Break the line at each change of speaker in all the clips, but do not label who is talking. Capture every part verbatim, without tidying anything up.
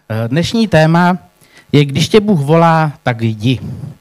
Dnešní téma je, když tě Bůh volá, tak jdi.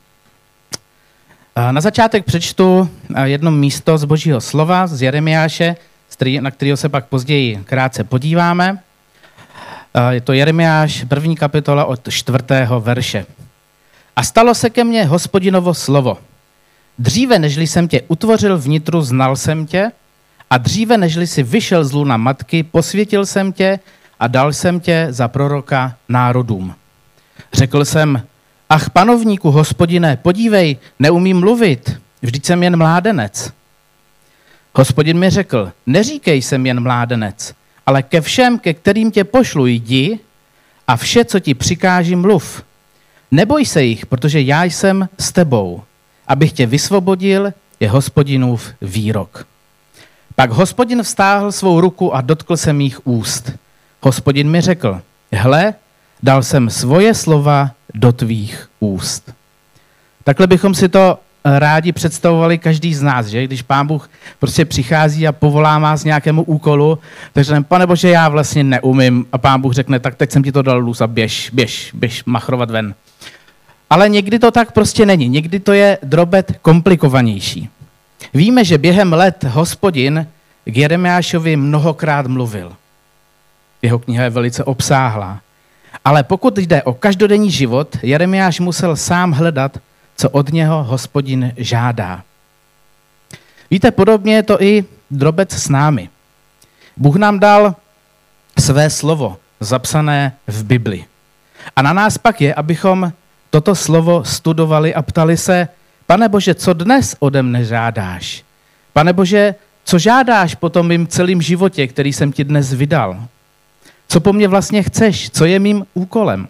Na začátek přečtu jedno místo z Božího slova, z Jeremiáše, na kterého se pak později krátce podíváme. Je to Jeremiáš, první kapitola od čtvrtého verše. A stalo se ke mně Hospodinovo slovo. Dříve, nežli jsem tě utvořil vnitru, znal jsem tě, a dříve, nežli si vyšel z lůna matky, posvětil jsem tě a dal jsem tě za proroka národům. Řekl jsem, ach panovníku, Hospodine, podívej, neumím mluvit, vždyť jsem jen mládenec. Hospodin mi řekl, neříkej, jsem jen mládenec, ale ke všem, ke kterým tě pošlu, jdi a vše, co ti přikáží, mluv. Neboj se jich, protože já jsem s tebou, abych tě vysvobodil, je Hospodinův výrok. Pak Hospodin vztáhl svou ruku a dotkl se mých úst. Hospodin mi řekl, hle, dal jsem svoje slova do tvých úst. Takhle bychom si to rádi představovali každý z nás, že? Když Pán Bůh prostě přichází a povolá nás nějakému úkolu, takže řekneme, Pane Bože, já vlastně neumím. A Pán Bůh řekne, tak teď jsem ti to dal lůz a běž, běž, běž machrovat ven. Ale někdy to tak prostě není. Někdy to je drobet komplikovanější. Víme, že během let Hospodin k Jeremiášovi mnohokrát mluvil. Jeho kniha je velice obsáhlá. Ale pokud jde o každodenní život, Jeremiáš musel sám hledat, co od něho Hospodin žádá. Víte, podobně je to i drobec s námi. Bůh nám dal své slovo, zapsané v Bibli. A na nás pak je, abychom toto slovo studovali a ptali se, Pane Bože, co dnes ode mne žádáš? Pane Bože, co žádáš po tom mým celém životě, který jsem ti dnes vydal? Co po mně vlastně chceš? Co je mým úkolem?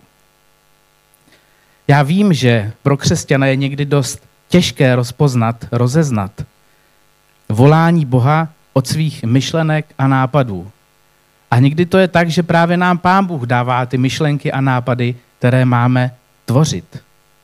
Já vím, že pro křesťana je někdy dost těžké rozpoznat, rozeznat volání Boha od svých myšlenek a nápadů. A někdy to je tak, že právě nám Pán Bůh dává ty myšlenky a nápady, které máme tvořit.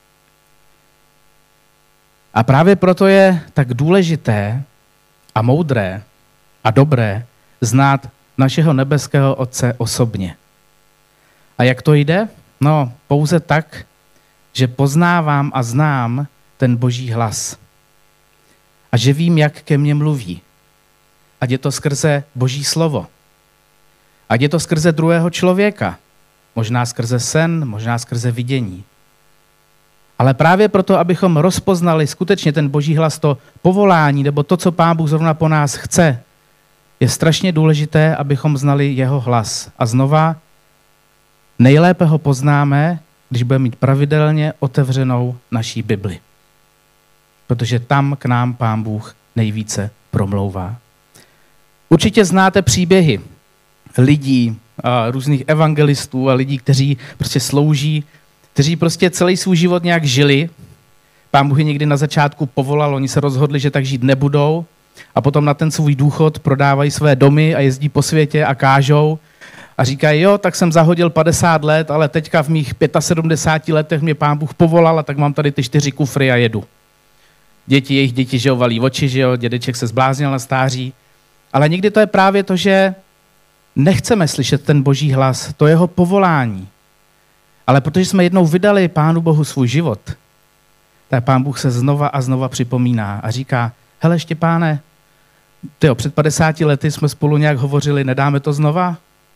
A právě proto je tak důležité a moudré a dobré znát našeho nebeského Otce osobně. A jak to jde? No, pouze tak, že poznávám a znám ten Boží hlas. A že vím, jak ke mně mluví. Ať je to skrze Boží slovo. Ať je to skrze druhého člověka. Možná skrze sen, možná skrze vidění. Ale právě proto, abychom rozpoznali skutečně ten Boží hlas, to povolání, nebo to, co Pán Bůh zrovna po nás chce, je strašně důležité, abychom znali jeho hlas. A znova, nejlépe ho poznáme, když budeme mít pravidelně otevřenou naší Bibli. Protože tam k nám Pán Bůh nejvíce promlouvá. Určitě znáte příběhy lidí, a různých evangelistů a lidí, kteří prostě slouží, kteří prostě celý svůj život nějak žili. Pán Bůh je někdy na začátku povolal, oni se rozhodli, že tak žít nebudou a potom na ten svůj důchod prodávají své domy a jezdí po světě a kážou a říkají, jo, tak jsem zahodil padesát let, ale teďka v mých sedmdesáti pěti letech mě Pán Bůh povolal a tak mám tady ty čtyři kufry a jedu. Děti, jejich děti, že jo, valí oči, že jo, dědeček se zbláznil na stáří. Ale někdy to je právě to, že nechceme slyšet ten Boží hlas, to jeho povolání. Ale protože jsme jednou vydali Pánu Bohu svůj život, tak Pán Bůh se znova a znova připomíná a říká, hele Štěpáne, tyjo, před padesáti lety jsme spolu nějak hovořili, nedáme to znova?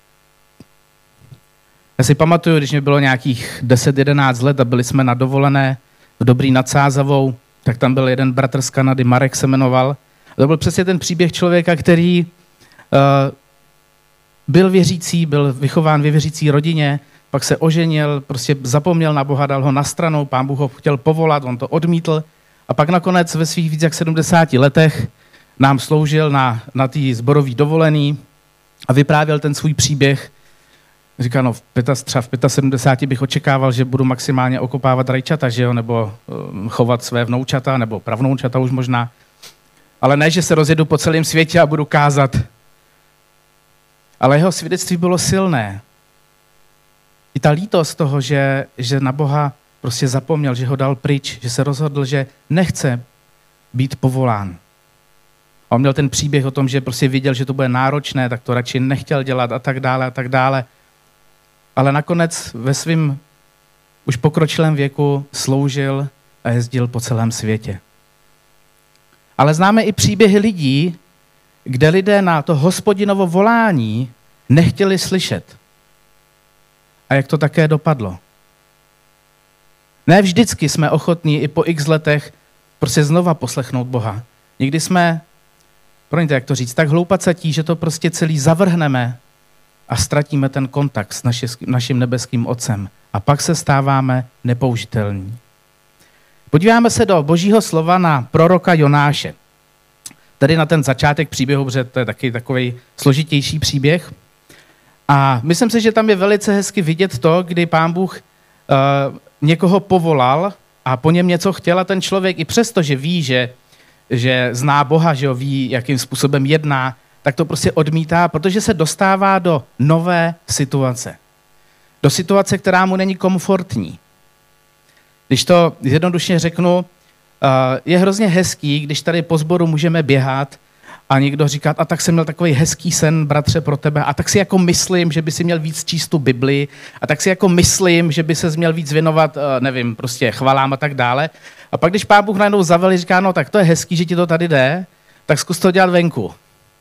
Já si pamatuju, když mě bylo nějakých deset jedenáct let a byli jsme na dovolené v Dobrý nad Sázavou, tak tam byl jeden bratr z Kanady, Marek se jmenoval. A to byl přesně ten příběh člověka, který uh, byl věřící, byl vychován ve věřící rodině, pak se oženil, prostě zapomněl na Boha, dal ho na stranu, Pán Bůh ho chtěl povolat, on to odmítl a pak nakonec ve svých víc jak sedmdesáti letech nám sloužil na, na tý zborový dovolený a vyprávěl ten svůj příběh. Říká, no v, třeba v sedmdesáti pěti bych očekával, že budu maximálně okopávat rajčata, že jo, nebo um, chovat své vnoučata, nebo pravnoučata už možná. Ale ne, že se rozjedu po celém světě a budu kázat. Ale jeho svědectví bylo silné. I ta lítost toho, že, že na Boha prostě zapomněl, že ho dal pryč, že se rozhodl, že nechce být povolán. A on měl ten příběh o tom, že prostě viděl, že to bude náročné, tak to radši nechtěl dělat a tak dále a tak dále. ale nakonec ve svém už pokročilém věku sloužil a jezdil po celém světě. Ale známe i příběhy lidí, kde lidé na to Hospodinovo volání nechtěli slyšet. A jak to také dopadlo. Ne vždycky jsme ochotní i po x letech prostě znova poslechnout Boha. Někdy jsme, promiňte, jak to říct, tak hloupacatí, že to prostě celý zavrhneme a ztratíme ten kontakt s naši, naším nebeským Otcem. A pak se stáváme nepoužitelní. Podíváme se do Božího slova na proroka Jonáše. Tady na ten začátek příběhu, protože to je taky takový složitější příběh. A myslím si, že tam je velice hezky vidět to, kdy Pán Bůh uh, někoho povolal a po něm něco chtěl a ten člověk i přesto, že ví, že, že zná Boha, že ho ví, jakým způsobem jedná, tak to prostě odmítá, protože se dostává do nové situace. Do situace, která mu není komfortní. Když to jednoduše řeknu, je hrozně hezký, když tady po sboru můžeme běhat a někdo říká, a tak jsem měl takový hezký sen, bratře, pro tebe, a tak si jako myslím, že by si měl víc číst tu Bibli, a tak si jako myslím, že by ses měl víc věnovat, nevím, prostě chvalám a tak dále. A pak, když Pán Bůh najednou zavel, říká, no tak to je hezký, že ti to tady jde, tak zkus to dělat venku.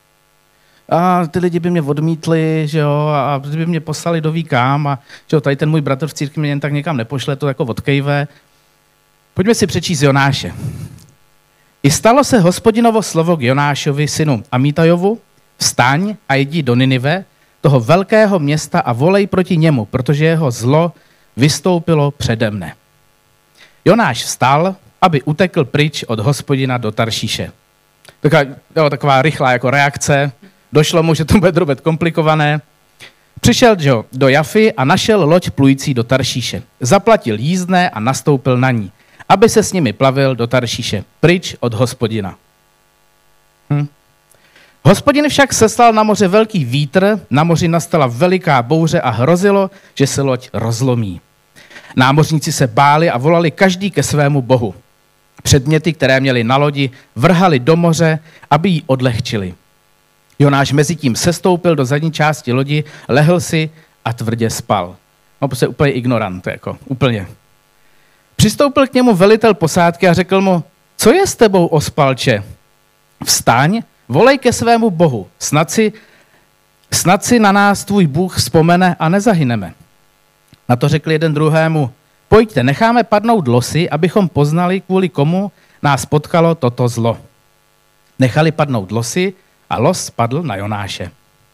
A ty lidi by mě odmítli, že jo, a by mě poslali do ví kam, a že jo, tady ten můj bratr v církvi mě jen tak někam nepošle, to jako odkejve. Pojďme si přečíst Jonáše. I stalo se Hospodinovo slovo k Jonášovi, synu Amitajovu, vstaň a jdi do Ninive, toho velkého města a volej proti němu, protože jeho zlo vystoupilo přede mne. Jonáš vstal, aby utekl pryč od Hospodina do Taršíše. Taková, jo, taková rychlá jako reakce. Došlo mu, že to bude drobet komplikované. Přišel jo, do Jafy a našel loď plující do Taršíše. Zaplatil jízdné a nastoupil na ní, aby se s nimi plavil do Taršíše, pryč od Hospodina. Hm. Hospodin však seslal na moře velký vítr, na moři nastala veliká bouře a hrozilo, že se loď rozlomí. Námořníci se báli a volali každý ke svému bohu. Předměty, které měli na lodi, vrhali do moře, aby ji odlehčili. Jonáš mezi tím sestoupil do zadní části lodi, lehl si a tvrdě spal. No, prostě úplně ignorant, jako úplně. Přistoupil k němu velitel posádky a řekl mu, co je s tebou, ospalče? Vstaň, volej ke svému bohu, snad si, snad si na nás tvůj Bůh vzpomene a nezahyneme. Na to řekl jeden druhému, pojďte, necháme padnout losy, abychom poznali, kvůli komu nás potkalo toto zlo. Nechali padnout losy a los spadl na Jonáše.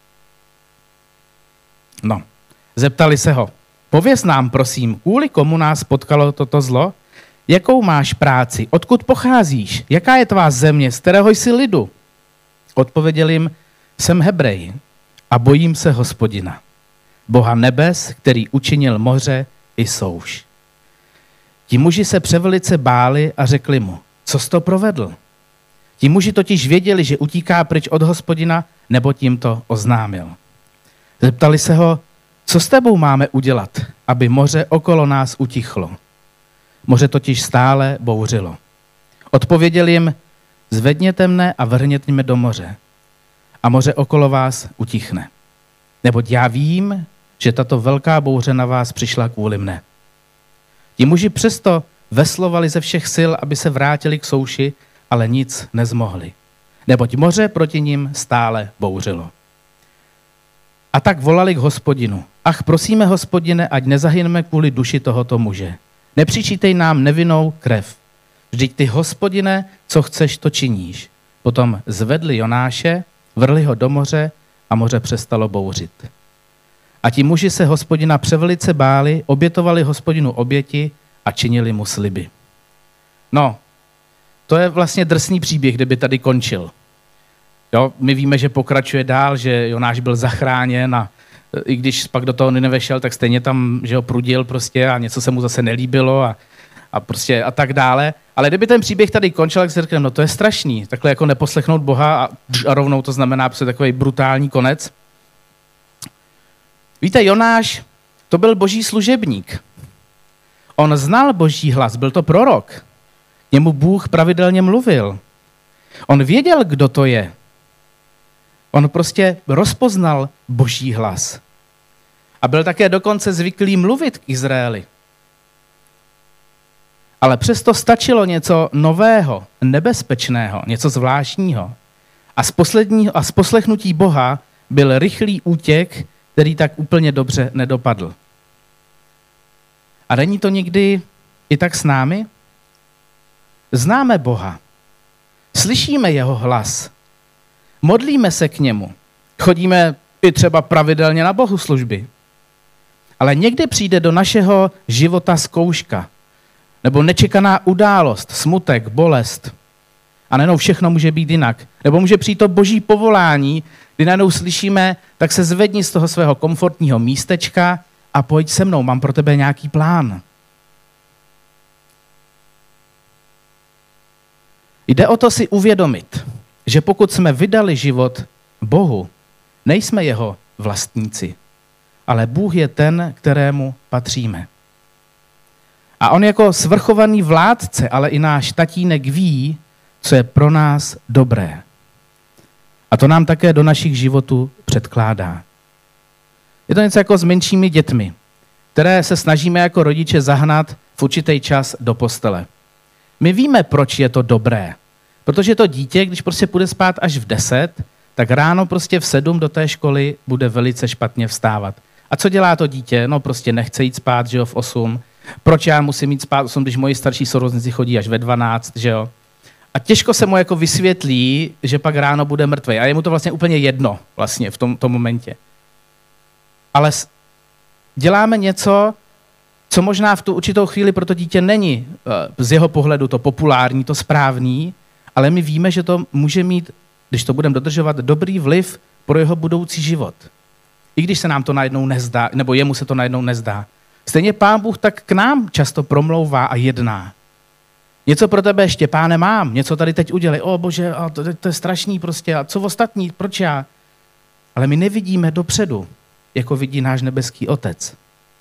No, zeptali se ho, pověz nám, prosím, kvůli komu nás potkalo toto zlo? Jakou máš práci? Odkud pocházíš? Jaká je tvá země? Z kterého jsi lidu? Odpověděl jim, jsem Hebrej a bojím se Hospodina, Boha nebes, který učinil moře i souš. Ti muži se převelice báli a řekli mu, co jsi to provedl? Ti muži totiž věděli, že utíká pryč od Hospodina, nebo tím to oznámil. Zeptali se ho, co s tebou máme udělat, aby moře okolo nás utichlo. Moře totiž stále bouřilo. Odpověděl jim, zvedněte mne a vrhněte mě do moře. A moře okolo vás utichne. Neboť já vím, že tato velká bouře na vás přišla kvůli mne. Ti muži přesto veslovali ze všech sil, aby se vrátili k souši, ale nic nezmohli. Neboť moře proti nim stále bouřilo. A tak volali k Hospodinu. Ach, prosíme, Hospodine, ať nezahyneme kvůli duši tohoto muže. Nepřičítej nám nevinnou krev. Vždyť ty, Hospodine, co chceš, to činíš. Potom zvedli Jonáše, vrhli ho do moře a moře přestalo bouřit. A ti muži se Hospodina převelice báli, obětovali Hospodinu oběti a činili mu sliby. No, to je vlastně drsný příběh, kde by tady končil. Jo, my víme, že pokračuje dál, že Jonáš byl zachráněn a i když pak do toho Ninive šel, tak stejně tam, že ho prudil prostě a něco se mu zase nelíbilo a, a prostě a tak dále. Ale kdyby ten příběh tady končil, tak si řekneme, no to je strašný, takhle jako neposlechnout Boha a, a rovnou to znamená prostě takový brutální konec. Víte, Jonáš, to byl boží služebník. On znal boží hlas, byl to prorok. Němu Bůh pravidelně mluvil. On věděl, kdo to je. On prostě rozpoznal boží hlas. A byl také dokonce zvyklý mluvit k Izraeli. Ale přesto stačilo něco nového, nebezpečného, něco zvláštního. A z, posledního, a z poslechnutí Boha byl rychlý útěk, který tak úplně dobře nedopadl. A není to nikdy i tak s námi? Známe Boha. Slyšíme jeho hlas. Modlíme se k němu. Chodíme i třeba pravidelně na bohoslužby. Ale někdy přijde do našeho života zkouška. Nebo nečekaná událost, smutek, bolest. A najednou všechno může být jinak. Nebo může přijít to boží povolání, kdy najednou slyšíme, tak se zvedni z toho svého komfortního místečka a pojď se mnou, mám pro tebe nějaký plán. Jde o to si uvědomit, že pokud jsme vydali život Bohu, nejsme jeho vlastníci, ale Bůh je ten, kterému patříme. A on jako svrchovaný vládce, ale i náš tatínek ví, co je pro nás dobré. A to nám také do našich životů předkládá. Je to něco jako s menšími dětmi, které se snažíme jako rodiče zahnat v určitý čas do postele. My víme, proč je to dobré. Protože to dítě, když prostě půjde spát až v deset, tak ráno prostě v sedm do té školy bude velice špatně vstávat. A co dělá to dítě? No prostě nechce jít spát, že jo, v osm. Proč já musím jít spát osm, když moji starší sourozenci chodí až ve dvanáct, že jo? A těžko se mu jako vysvětlí, že pak ráno bude mrtvej. A je mu to vlastně úplně jedno vlastně v tom, tom momentě. Ale děláme něco, co možná v tu určitou chvíli pro to dítě není z jeho pohledu to populární, to správný, ale my víme, že to může mít, když to budeme dodržovat, dobrý vliv pro jeho budoucí život. I když se nám to najednou nezdá, nebo jemu se to najednou nezdá. Stejně Pán Bůh tak k nám často promlouvá a jedná. Něco pro tebe, Štěpáne, mám, něco tady teď udělej. O bože, a to, to je strašný prostě. A co ostatní, proč já? Ale my nevidíme dopředu, jako vidí náš nebeský Otec.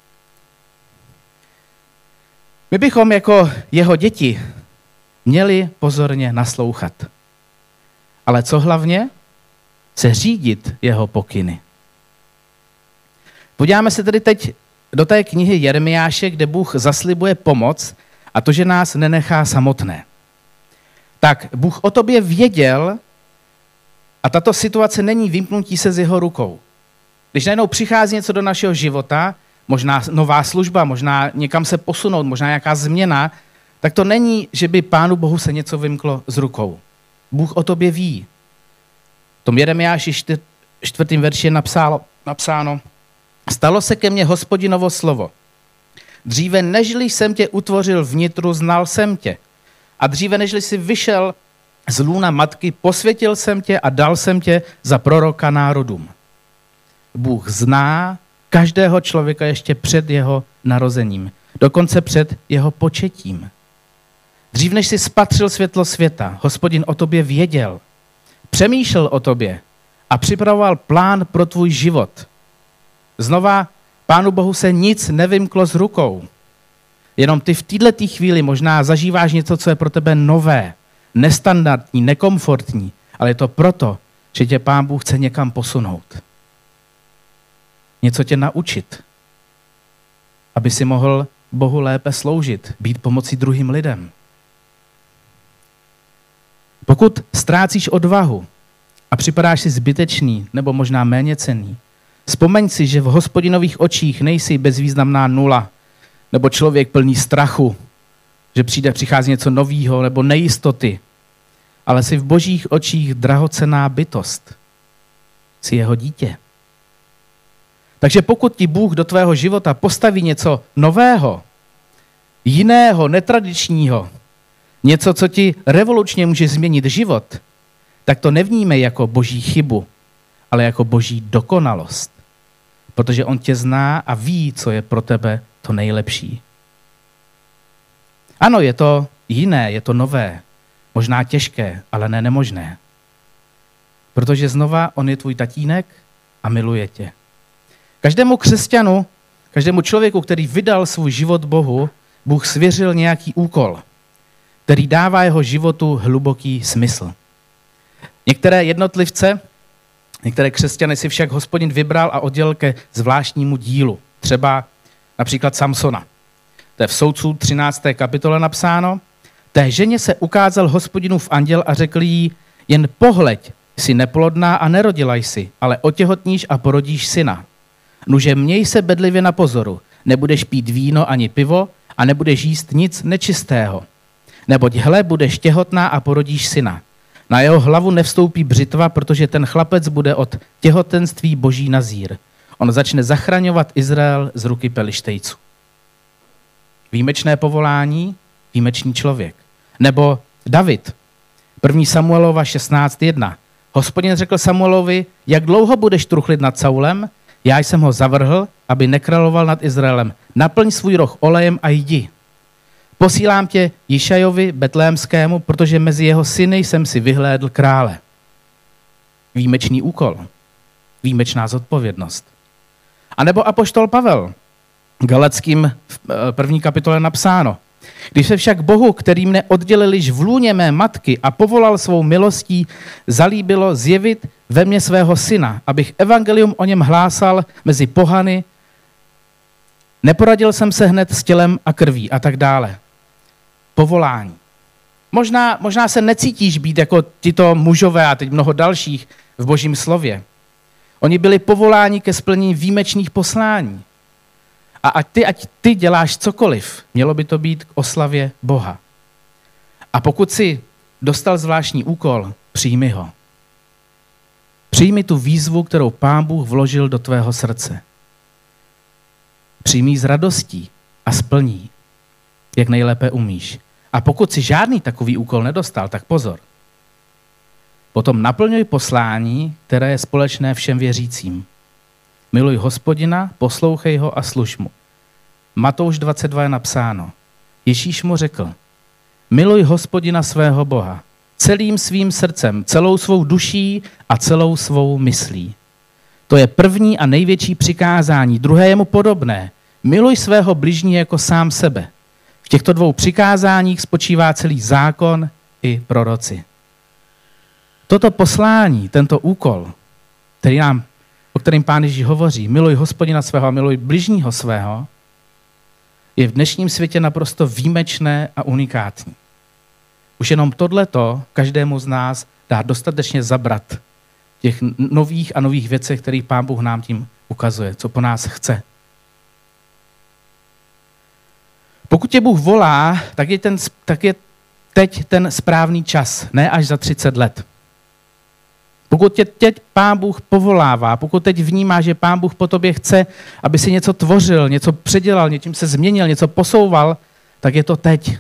My bychom jako jeho děti měli pozorně naslouchat. Ale co hlavně? Se řídit jeho pokyny. Podíváme se tedy teď do té knihy Jeremiáše, kde Bůh zaslibuje pomoc a to, že nás nenechá samotné. Tak Bůh o tobě věděl a tato situace není vymknutí se z jeho rukou. Když najednou přichází něco do našeho života, možná nová služba, možná někam se posunout, možná nějaká změna, tak to není, že by Pánu Bohu se něco vymklo z rukou. Bůh o tobě ví. V tom Jeremiáši čtvrtým verši je napsáno, napsáno stalo se ke mně Hospodinovo slovo. Dříve nežli jsem tě utvořil vnitru, znal jsem tě. A dříve nežli jsi vyšel z lůna matky, posvětil jsem tě a dal jsem tě za proroka národům. Bůh zná každého člověka ještě před jeho narozením, dokonce před jeho početím. Dřív než jsi spatřil světlo světa, Hospodin o tobě věděl, přemýšlel o tobě a připravoval plán pro tvůj život. Znova, Pánu Bohu se nic nevymklo z rukou. Jenom ty v této chvíli možná zažíváš něco, co je pro tebe nové, nestandardní, nekomfortní, ale je to proto, že tě Pán Bůh chce někam posunout. Něco tě naučit, aby si mohl Bohu lépe sloužit, být pomocí druhým lidem. Pokud ztrácíš odvahu a připadáš si zbytečný nebo možná méněcenný, vzpomeň si, že v Hospodinových očích nejsi bezvýznamná nula nebo člověk plný strachu, že přijde, přichází něco novýho nebo nejistoty, ale jsi v Božích očích drahocenná bytost. Jsi jeho dítě. Takže pokud ti Bůh do tvého života postaví něco nového, jiného, netradičního, něco, co ti revolučně může změnit život, tak to nevníme jako Boží chybu, ale jako Boží dokonalost. Protože on tě zná a ví, co je pro tebe to nejlepší. Ano, je to jiné, je to nové, možná těžké, ale ne nemožné. Protože znova on je tvůj tatínek a miluje tě. Každému křesťanu, každému člověku, který vydal svůj život Bohu, Bůh svěřil nějaký úkol, který dává jeho životu hluboký smysl. Některé jednotlivce Některé křesťany si však Hospodin vybral a oddělil ke zvláštnímu dílu. Třeba například Samsona. To je v Soudců třinácté kapitole napsáno. Té ženě se ukázal Hospodinův anděl a řekl jí, jen pohleď, jsi neplodná a nerodila jsi, ale otěhotníš a porodíš syna. Nuže měj se bedlivě na pozoru, nebudeš pít víno ani pivo a nebudeš jíst nic nečistého. Neboť hle, budeš těhotná a porodíš syna. Na jeho hlavu nevstoupí břitva, protože ten chlapec bude od těhotenství boží nazír. On začne zachraňovat Izrael z ruky Pelištejců. Výjimečné povolání, výjimečný člověk. Nebo David, první Samuelova šestnáct jedna. Hospodin řekl Samuelovi, jak dlouho budeš truchlit nad Saulem? Já jsem ho zavrhl, aby nekráloval nad Izraelem. Naplň svůj roh olejem a jdi. Posílám tě Jišajovi betlémskému, protože mezi jeho syny jsem si vyhlédl krále. Výjimečný úkol, výjimečná zodpovědnost. A nebo apoštol Pavel, Galackým v první kapitole napsáno. Když se však Bohu, který mne oddělil již v lůně mé matky a povolal svou milostí, zalíbilo zjevit ve mně svého syna, abych evangelium o něm hlásal mezi pohany, neporadil jsem se hned s tělem a krví a tak dále. Povolání. Možná, možná se necítíš být jako tito mužové a teď mnoho dalších v Božím slově. Oni byli povoláni ke splnění výjimečných poslání. A ať ty, ať ty děláš cokoliv, mělo by to být k oslavě Boha. A pokud si dostal zvláštní úkol, přijmi ho. Přijmi tu výzvu, kterou Pán Bůh vložil do tvého srdce. Přijmi s radostí a splní, jak nejlépe umíš. A pokud si žádný takový úkol nedostal, tak pozor. Potom naplňuj poslání, které je společné všem věřícím. Miluj Hospodina, poslouchej ho a služ mu. Matouš dvacet dva je napsáno. Ježíš mu řekl, miluj Hospodina svého Boha, celým svým srdcem, celou svou duší a celou svou myslí. To je první a největší přikázání, druhé je mu podobné. Miluj svého bližního jako sám sebe. V těchto dvou přikázáních spočívá celý zákon i proroci. Toto poslání, tento úkol, který nám, o kterým Pán Ježíš hovoří, miluj Hospodina svého a miluj bližního svého, je v dnešním světě naprosto výjimečné a unikátní. Už jenom tohleto každému z nás dá dostatečně zabrat těch nových a nových věcech, které Pán Bůh nám tím ukazuje, co po nás chce. Pokud tě Bůh volá, tak je, ten, tak je teď ten správný čas, ne až za třicet let. Pokud tě teď Pán Bůh povolává, pokud teď vnímáš, že Pán Bůh po tobě chce, aby si něco tvořil, něco předělal, něčím se změnil, něco posouval, tak je to teď.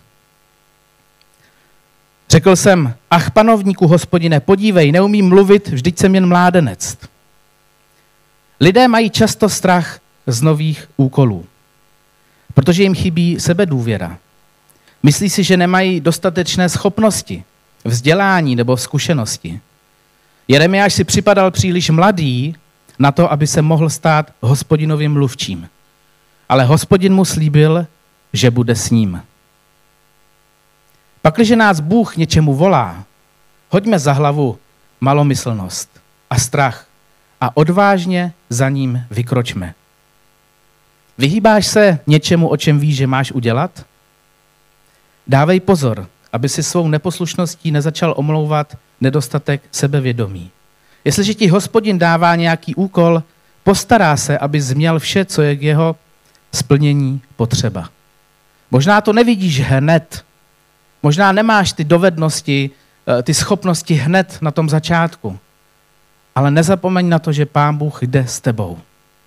Řekl jsem, ach panovníku Hospodine, podívej, neumím mluvit, vždyť jsem jen mládenec. Lidé mají často strach z nových úkolů, protože jim chybí sebedůvěra. Myslí si, že nemají dostatečné schopnosti, vzdělání nebo zkušenosti. Jeremiáš si připadal příliš mladý na to, aby se mohl stát Hospodinovým mluvčím. Ale Hospodin mu slíbil, že bude s ním. Pakliže nás Bůh něčemu volá, hoďme za hlavu malomyslnost a strach a odvážně za ním vykročme. Vyhýbáš se něčemu, o čem víš, že máš udělat? Dávej pozor, aby si svou neposlušností nezačal omlouvat nedostatek sebevědomí. Jestliže ti Hospodin dává nějaký úkol, postará se, aby změl vše, co je k jeho splnění potřeba. Možná to nevidíš hned, možná nemáš ty dovednosti, ty schopnosti hned na tom začátku, ale nezapomeň na to, že Pán Bůh jde s tebou.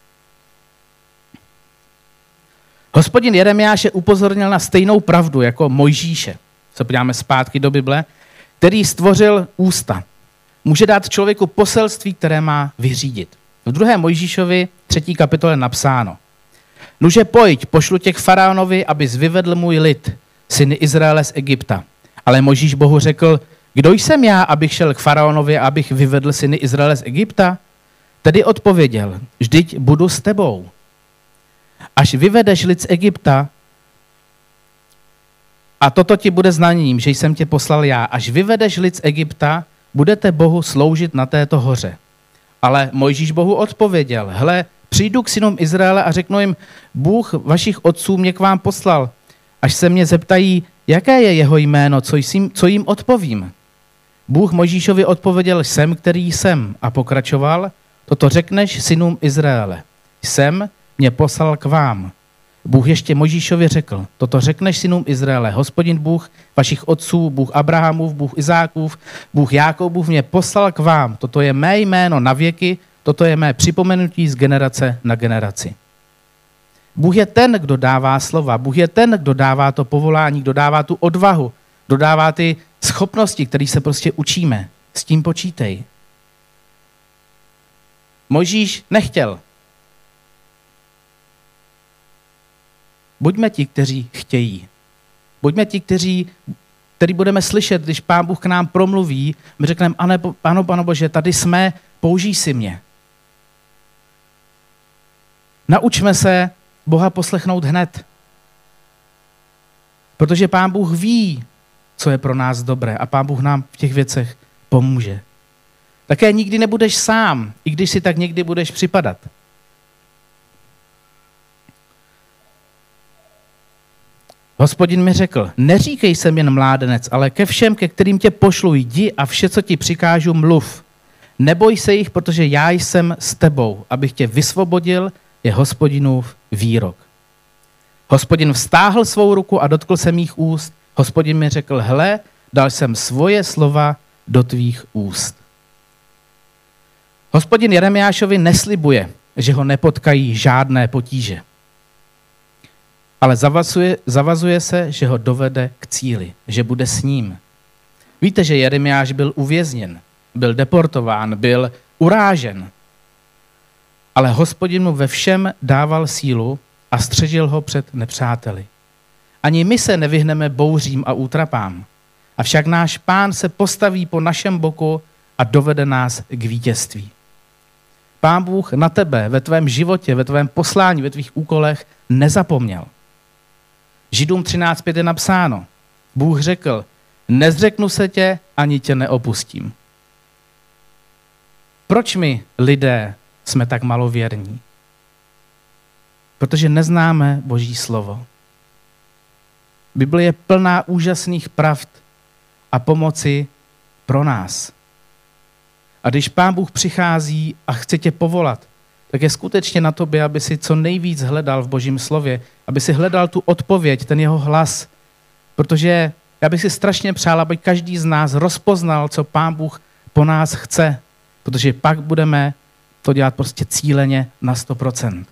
Hospodin Jeremiáše upozornil na stejnou pravdu jako Mojžíše. Se podíváme zpátky do Bible, který stvořil ústa. Může dát člověku poselství, které má vyřídit. V druhé Mojžíšovi třetí kapitole napsáno. Nuže pojď, pošlu tě k faraonovi, abys vyvedl můj lid, syny Izraele z Egypta. Ale Mojžíš Bohu řekl, kdo jsem já, abych šel k faraonovi, abych vyvedl syny Izraele z Egypta? Tedy odpověděl, vždyť budu s tebou. Až vyvedeš lid z Egypta, a toto ti bude znaním, že jsem tě poslal já. Až vyvedeš lid z Egypta, budete Bohu sloužit na této hoře. Ale Mojžíš Bohu odpověděl, hle, přijdu k synům Izraele a řeknu jim, Bůh vašich otců mě k vám poslal. Až se mě zeptají, jaké je jeho jméno, co jim, co jim odpovím. Bůh Mojžíšovi odpověděl, jsem, který jsem, a pokračoval, toto řekneš synům Izraele. Jsem, mě poslal k vám. Bůh ještě Mojžíšovi řekl, toto řekneš synům Izraele, Hospodin Bůh vašich otců, Bůh Abrahamův, Bůh Izákův, Bůh Jákobův mě poslal k vám. Toto je mé jméno na věky, toto je mé připomenutí z generace na generaci. Bůh je ten, kdo dává slova, Bůh je ten, kdo dává to povolání, kdo dává tu odvahu, kdo dává ty schopnosti, které se prostě učíme. S tím počítej. Mojžíš nechtěl. Buďme ti, kteří chtějí. Buďme ti, kteří, který budeme slyšet, když Pán Bůh k nám promluví, my řekneme, ano, ano, Pane Bože, tady jsme, použij si mě. Naučme se Boha poslechnout hned. Protože Pán Bůh ví, co je pro nás dobré a Pán Bůh nám v těch věcech pomůže. Také nikdy nebudeš sám, i když si tak někdy budeš připadat. Hospodin mi řekl, neříkej sem jen mládenec, ale ke všem, ke kterým tě pošlu, jdi a vše, co ti přikážu, mluv. Neboj se jich, protože já jsem s tebou, abych tě vysvobodil, je Hospodinův výrok. Hospodin vztáhl svou ruku a dotkl se mých úst. Hospodin mi řekl, hle, dal jsem svoje slova do tvých úst. Hospodin Jeremiášovi neslibuje, že ho nepotkají žádné potíže. Ale zavazuje, zavazuje se, že ho dovede k cíli, že bude s ním. Víte, že Jeremiáš byl uvězněn, byl deportován, byl urážen. Ale Hospodin mu ve všem dával sílu a střežil ho před nepřáteli. Ani my se nevyhneme bouřím a útrapám. Avšak náš Pán se postaví po našem boku a dovede nás k vítězství. Pán Bůh na tebe, ve tvém životě, ve tvém poslání, ve tvých úkolech nezapomněl. Židům třináct pět je napsáno. Bůh řekl, nezřeknu se tě, ani tě neopustím. Proč my, lidé, jsme tak malověrní? Protože neznáme Boží slovo. Bible je plná úžasných pravd a pomoci pro nás. A když Pán Bůh přichází a chce tě povolat, tak je skutečně na tobě, aby si co nejvíc hledal v Božím slově, aby si hledal tu odpověď, ten jeho hlas. Protože já bych si strašně přál, aby každý z nás rozpoznal, co Pán Bůh po nás chce, protože pak budeme to dělat prostě cíleně na sto procent.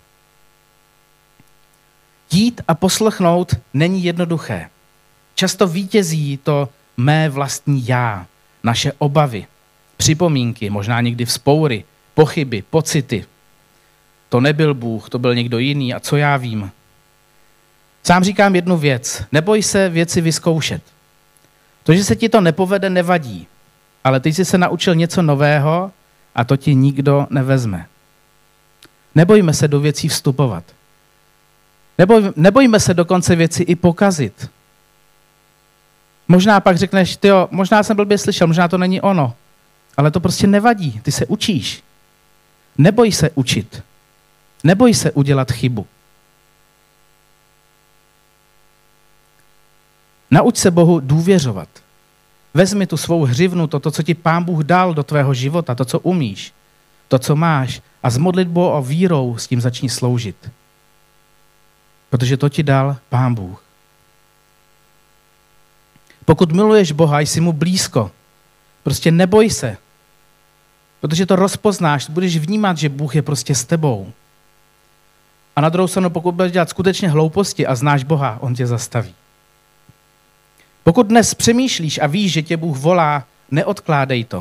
Jít a poslechnout není jednoduché. Často vítězí to mé vlastní já, naše obavy, připomínky, možná někdy vzpoury, pochyby, pocity. To nebyl Bůh, to byl někdo jiný a co já vím. Sám říkám jednu věc, neboj se věci vyzkoušet. To, že se ti to nepovede, nevadí, ale ty jsi se naučil něco nového a to ti nikdo nevezme. Nebojme se do věcí vstupovat. Neboj, nebojme se dokonce věci i pokazit. Možná pak řekneš, tyjo, možná jsem blbě slyšel, možná to není ono, ale to prostě nevadí, ty se učíš. Neboj se učit. Neboj se udělat chybu. Nauč se Bohu důvěřovat. Vezmi tu svou hřivnu, to, to, co ti Pán Bůh dal do tvého života, to, co umíš, to, co máš, a s modlitbou a vírou s tím začni sloužit. Protože to ti dal Pán Bůh. Pokud miluješ Boha, jsi mu blízko, prostě neboj se, protože to rozpoznáš, budeš vnímat, že Bůh je prostě s tebou. A na druhou stranu, pokud budeš dělat skutečně hlouposti a znáš Boha, on tě zastaví. Pokud dnes přemýšlíš a víš, že tě Bůh volá, neodkládej to.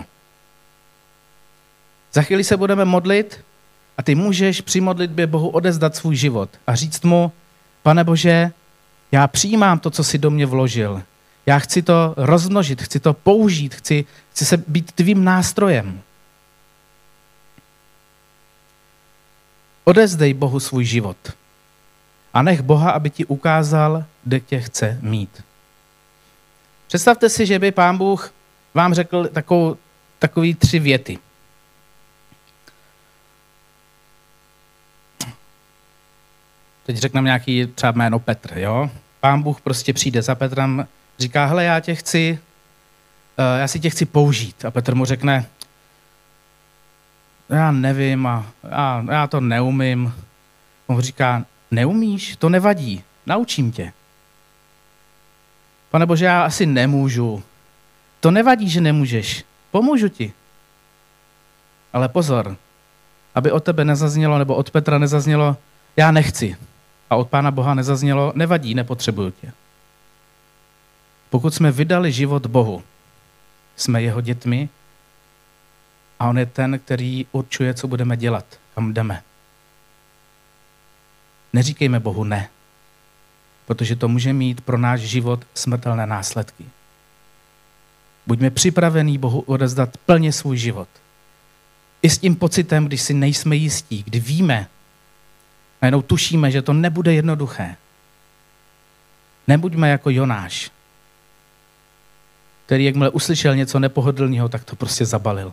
Za chvíli se budeme modlit a ty můžeš při modlitbě Bohu odevzdat svůj život a říct mu, Pane Bože, já přijímám to, co jsi do mě vložil. Já chci to rozmnožit, chci to použít, chci, chci se být tvým nástrojem. Odevzdej Bohu svůj život a nech Boha, aby ti ukázal, kde tě chce mít. Představte si, že by Pán Bůh vám řekl takovou, takový tři věty. teď řekneme nějaký třeba jméno Petr, jo? Pán Bůh prostě přijde za Petrem, říká, hele, já tě chci, uh, já si tě chci použít. A Petr mu řekne, já nevím a já, já to neumím. On mu říká, neumíš? To nevadí, naučím tě. Pane Bože, já asi nemůžu. To nevadí, že nemůžeš. Pomůžu ti. Ale pozor, aby od tebe nezaznělo, nebo od Petra nezaznělo, já nechci. A od Pána Boha nezaznělo, nevadí, nepotřebuju tě. Pokud jsme vydali život Bohu, jsme jeho dětmi a on je ten, který určuje, co budeme dělat, kam jdeme. Neříkejme Bohu ne, protože to může mít pro náš život smrtelné následky. Buďme připravení Bohu odevzdat plně svůj život. I s tím pocitem, když si nejsme jistí, kdy víme, najednou tušíme, že to nebude jednoduché. Nebuďme jako Jonáš, který jakmile uslyšel něco nepohodlného, tak to prostě zabalil.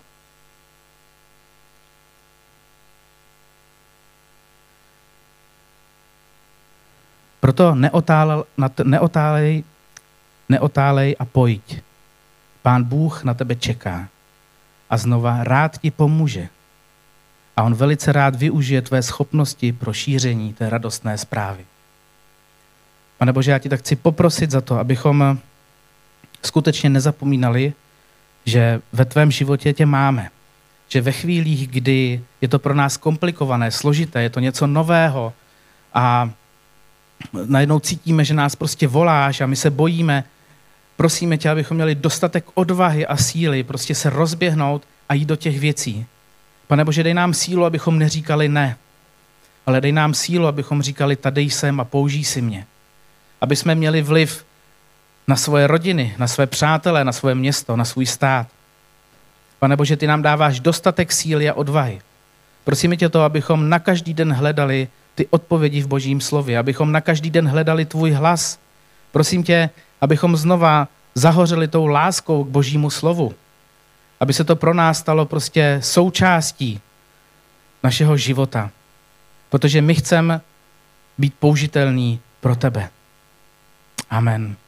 Proto neotálej, neotálej, neotálej a pojď. Pán Bůh na tebe čeká a znova rád ti pomůže. A on velice rád využije tvé schopnosti pro šíření té radostné zprávy. Pane Bože, já ti tak chci poprosit za to, abychom skutečně nezapomínali, že ve tvém životě tě máme. Že ve chvílích, kdy je to pro nás komplikované, složité, je to něco nového a najednou cítíme, že nás prostě voláš a my se bojíme, prosíme tě, abychom měli dostatek odvahy a síly prostě se rozběhnout a jít do těch věcí. Pane Bože, dej nám sílu, abychom neříkali ne, ale dej nám sílu, abychom říkali tady jsem a použij si mě. Aby jsme měli vliv na svoje rodiny, na své přátele, na svoje město, na svůj stát. Pane Bože, ty nám dáváš dostatek síly a odvahy. Prosíme tě to, abychom na každý den hledali ty odpovědi v Božím slově, abychom na každý den hledali tvůj hlas. Prosím tě, abychom znova zahořeli tou láskou k Božímu slovu. Aby se to pro nás stalo prostě součástí našeho života. Protože my chceme být použitelní pro tebe. Amen.